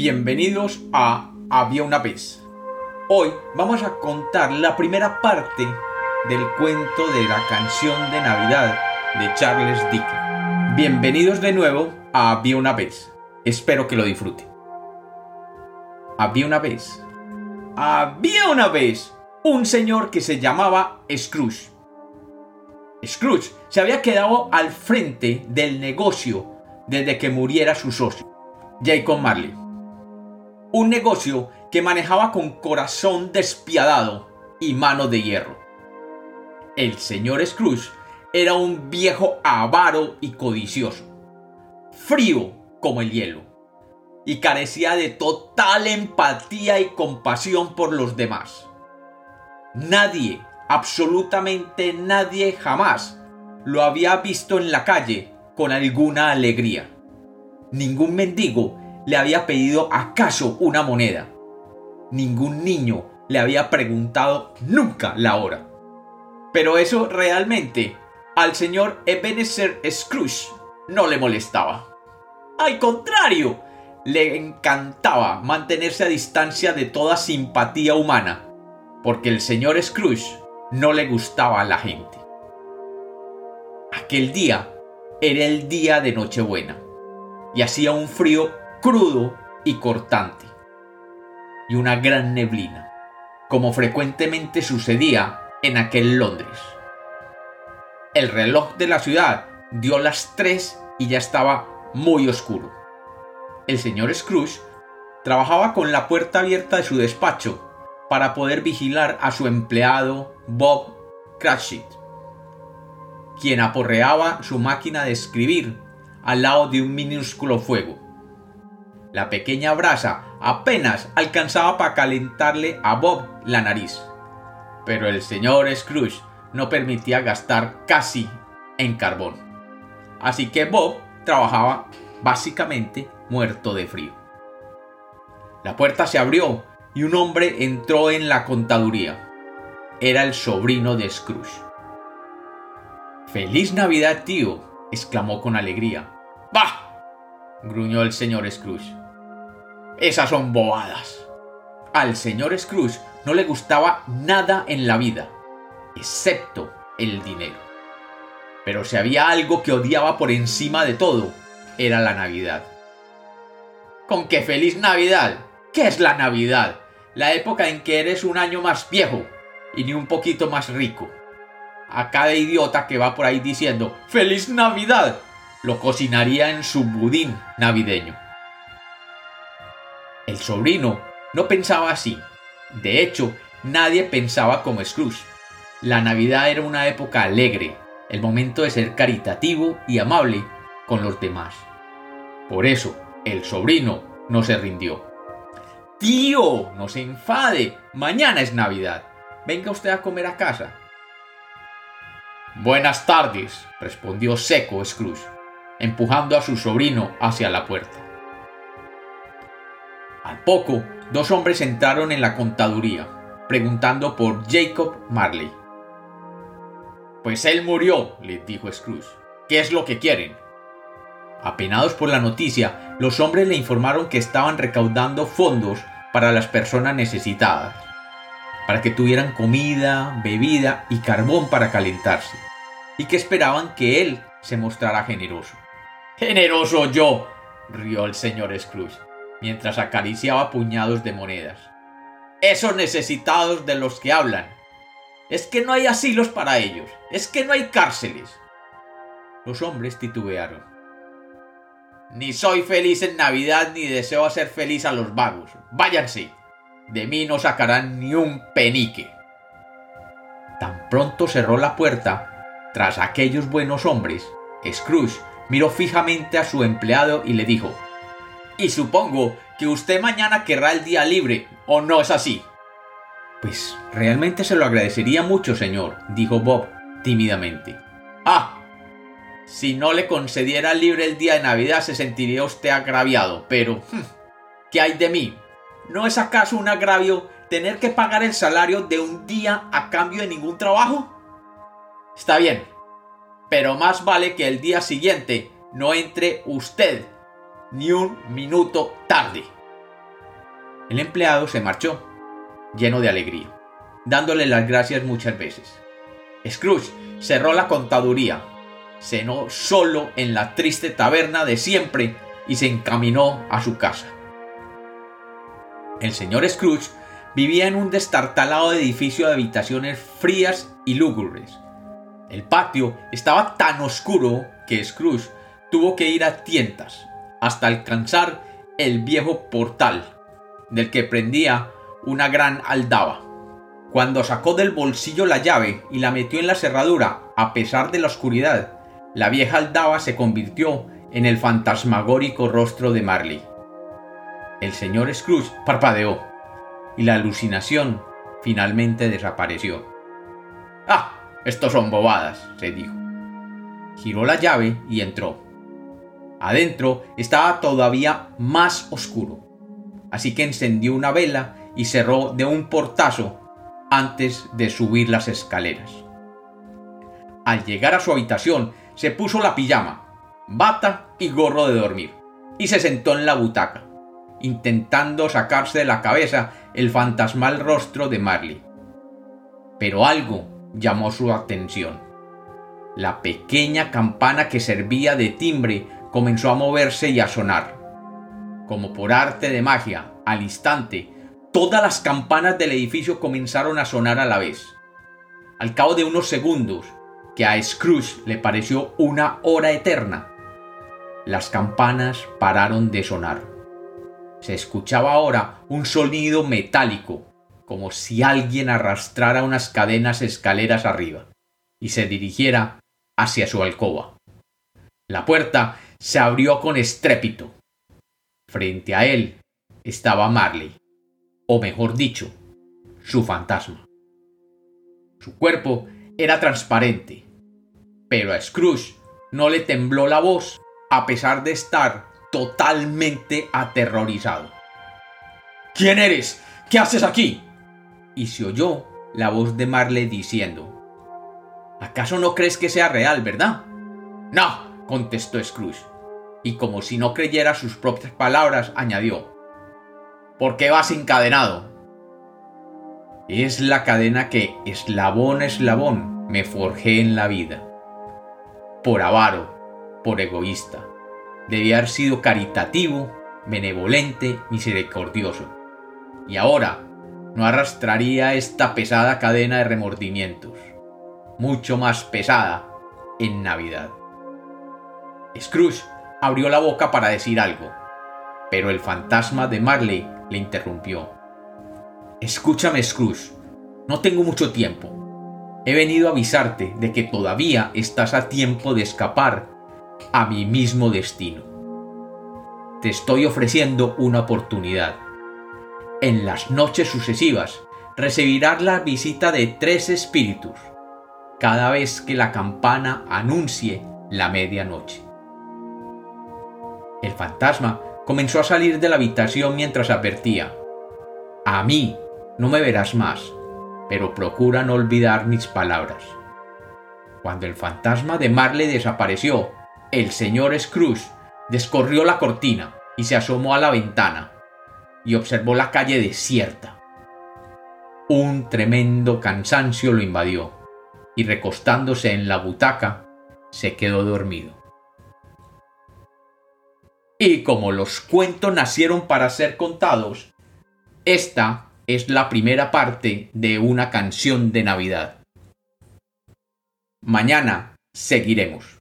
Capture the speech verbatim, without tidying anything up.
Bienvenidos a Había una vez. Hoy vamos a contar la primera parte del cuento de la canción de Navidad de Charles Dickens. Bienvenidos de nuevo a Había una vez. Espero que lo disfruten. Había una vez. Había una vez un señor que se llamaba Scrooge. Scrooge se había quedado al frente del negocio desde que muriera su socio, Jacob Marley. Un negocio que manejaba con corazón despiadado y mano de hierro. El señor Scrooge era un viejo avaro y codicioso, frío como el hielo, y carecía de total empatía y compasión por los demás. Nadie, absolutamente nadie jamás lo había visto en la calle con alguna alegría. Ningún mendigo le había pedido acaso una moneda. Ningún niño le había preguntado nunca la hora. Pero eso realmente al señor Ebenezer Scrooge no le molestaba. Al contrario, le encantaba mantenerse a distancia de toda simpatía humana, porque el señor Scrooge no le gustaba a la gente. Aquel día era el día de Nochebuena y hacía un frío crudo y cortante y una gran neblina, como frecuentemente sucedía en aquel Londres. El reloj de la ciudad dio las tres y ya estaba muy oscuro. El señor Scrooge trabajaba con la puerta abierta de su despacho para poder vigilar a su empleado Bob Cratchit, quien aporreaba su máquina de escribir al lado de un minúsculo fuego. La pequeña brasa apenas alcanzaba para calentarle a Bob la nariz, pero el señor Scrooge no permitía gastar casi en carbón. Así que Bob trabajaba básicamente muerto de frío. La puerta se abrió y un hombre entró en la contaduría. Era el sobrino de Scrooge. «¡Feliz Navidad, tío!», exclamó con alegría. «¡Bah!», gruñó el señor Scrooge. «Esas son bobadas». Al señor Scrooge no le gustaba nada en la vida, excepto el dinero. Pero si había algo que odiaba por encima de todo, era la Navidad. ¿Con qué feliz Navidad? ¿Qué es la Navidad? La época en que eres un año más viejo y ni un poquito más rico. A cada idiota que va por ahí diciendo ¡Feliz Navidad!, lo cocinaría en su budín navideño. El sobrino no pensaba así. De hecho, nadie pensaba como Scrooge. La Navidad era una época alegre, el momento de ser caritativo y amable con los demás. Por eso, el sobrino no se rindió. «Tío, no se enfade, mañana es Navidad. Venga usted a comer a casa». «Buenas tardes», respondió seco Scrooge, empujando a su sobrino hacia la puerta. Al poco, dos hombres entraron en la contaduría, preguntando por Jacob Marley. «Pues él murió», les dijo Scrooge. «¿Qué es lo que quieren?». Apenados por la noticia, los hombres le informaron que estaban recaudando fondos para las personas necesitadas, para que tuvieran comida, bebida y carbón para calentarse, y que esperaban que él se mostrara generoso. «¡Generoso yo!», rió el señor Scrooge, mientras acariciaba puñados de monedas. «Esos necesitados de los que hablan. Es que no hay asilos para ellos, es que no hay cárceles». Los hombres titubearon. «Ni soy feliz en Navidad ni deseo hacer feliz a los vagos. Váyanse. De mí no sacarán ni un penique». Tan pronto cerró la puerta tras aquellos buenos hombres, Scrooge miró fijamente a su empleado y le dijo: «Y supongo que usted mañana querrá el día libre, ¿o no es así?». «Pues realmente se lo agradecería mucho, señor», dijo Bob tímidamente. «Ah, si no le concediera libre el día de Navidad se sentiría usted agraviado, pero ¿qué hay de mí? ¿No es acaso un agravio tener que pagar el salario de un día a cambio de ningún trabajo? Está bien, pero más vale que el día siguiente no entre usted ni un minuto tarde». El empleado se marchó, lleno de alegría, dándole las gracias muchas veces. Scrooge cerró la contaduría, cenó solo en la triste taberna de siempre y se encaminó a su casa. El señor Scrooge vivía en un destartalado edificio de habitaciones frías y lúgubres. El patio estaba tan oscuro que Scrooge tuvo que ir a tientas hasta alcanzar el viejo portal, del que pendía una gran aldaba. Cuando sacó del bolsillo la llave y la metió en la cerradura, a pesar de la oscuridad, la vieja aldaba se convirtió en el fantasmagórico rostro de Marley. El señor Scrooge parpadeó y la alucinación finalmente desapareció. «¡Ah! Estos son bobadas», se dijo. Giró la llave y entró. Adentro estaba todavía más oscuro, así que encendió una vela y cerró de un portazo antes de subir las escaleras. Al llegar a su habitación, se puso la pijama, bata y gorro de dormir, y se sentó en la butaca, intentando sacarse de la cabeza el fantasmal rostro de Marley. Pero algo llamó su atención. La pequeña campana que servía de timbre comenzó a moverse y a sonar. Como por arte de magia, al instante, todas las campanas del edificio comenzaron a sonar a la vez. Al cabo de unos segundos, que a Scrooge le pareció una hora eterna, las campanas pararon de sonar. Se escuchaba ahora un sonido metálico, como si alguien arrastrara unas cadenas escaleras arriba y se dirigiera hacia su alcoba. La puerta se abrió con estrépito. Frente a él estaba Marley, o mejor dicho, su fantasma. Su cuerpo era transparente, pero a Scrooge no le tembló la voz a pesar de estar totalmente aterrorizado. «¿Quién eres? ¿Qué haces aquí?», y se oyó la voz de Marley diciendo: «¿Acaso no crees que sea real, verdad?». «No», contestó Scrooge, y como si no creyera sus propias palabras, añadió: «¿Por qué vas encadenado?». «Es la cadena que, eslabón a eslabón, me forjé en la vida. Por avaro, por egoísta. Debí haber sido caritativo, benevolente, misericordioso. Y ahora no arrastraría esta pesada cadena de remordimientos, mucho más pesada en Navidad». Scrooge abrió la boca para decir algo, pero el fantasma de Marley le interrumpió. «Escúchame, Scrooge, no tengo mucho tiempo. He venido a avisarte de que todavía estás a tiempo de escapar a mi mismo destino. Te estoy ofreciendo una oportunidad. En las noches sucesivas recibirás la visita de tres espíritus, cada vez que la campana anuncie la medianoche». El fantasma comenzó a salir de la habitación mientras advertía: «A mí no me verás más, pero procura no olvidar mis palabras». Cuando el fantasma de Marley desapareció, el señor Scrooge descorrió la cortina y se asomó a la ventana y observó la calle desierta. Un tremendo cansancio lo invadió y, recostándose en la butaca, se quedó dormido. Y como los cuentos nacieron para ser contados, esta es la primera parte de una canción de Navidad. Mañana seguiremos.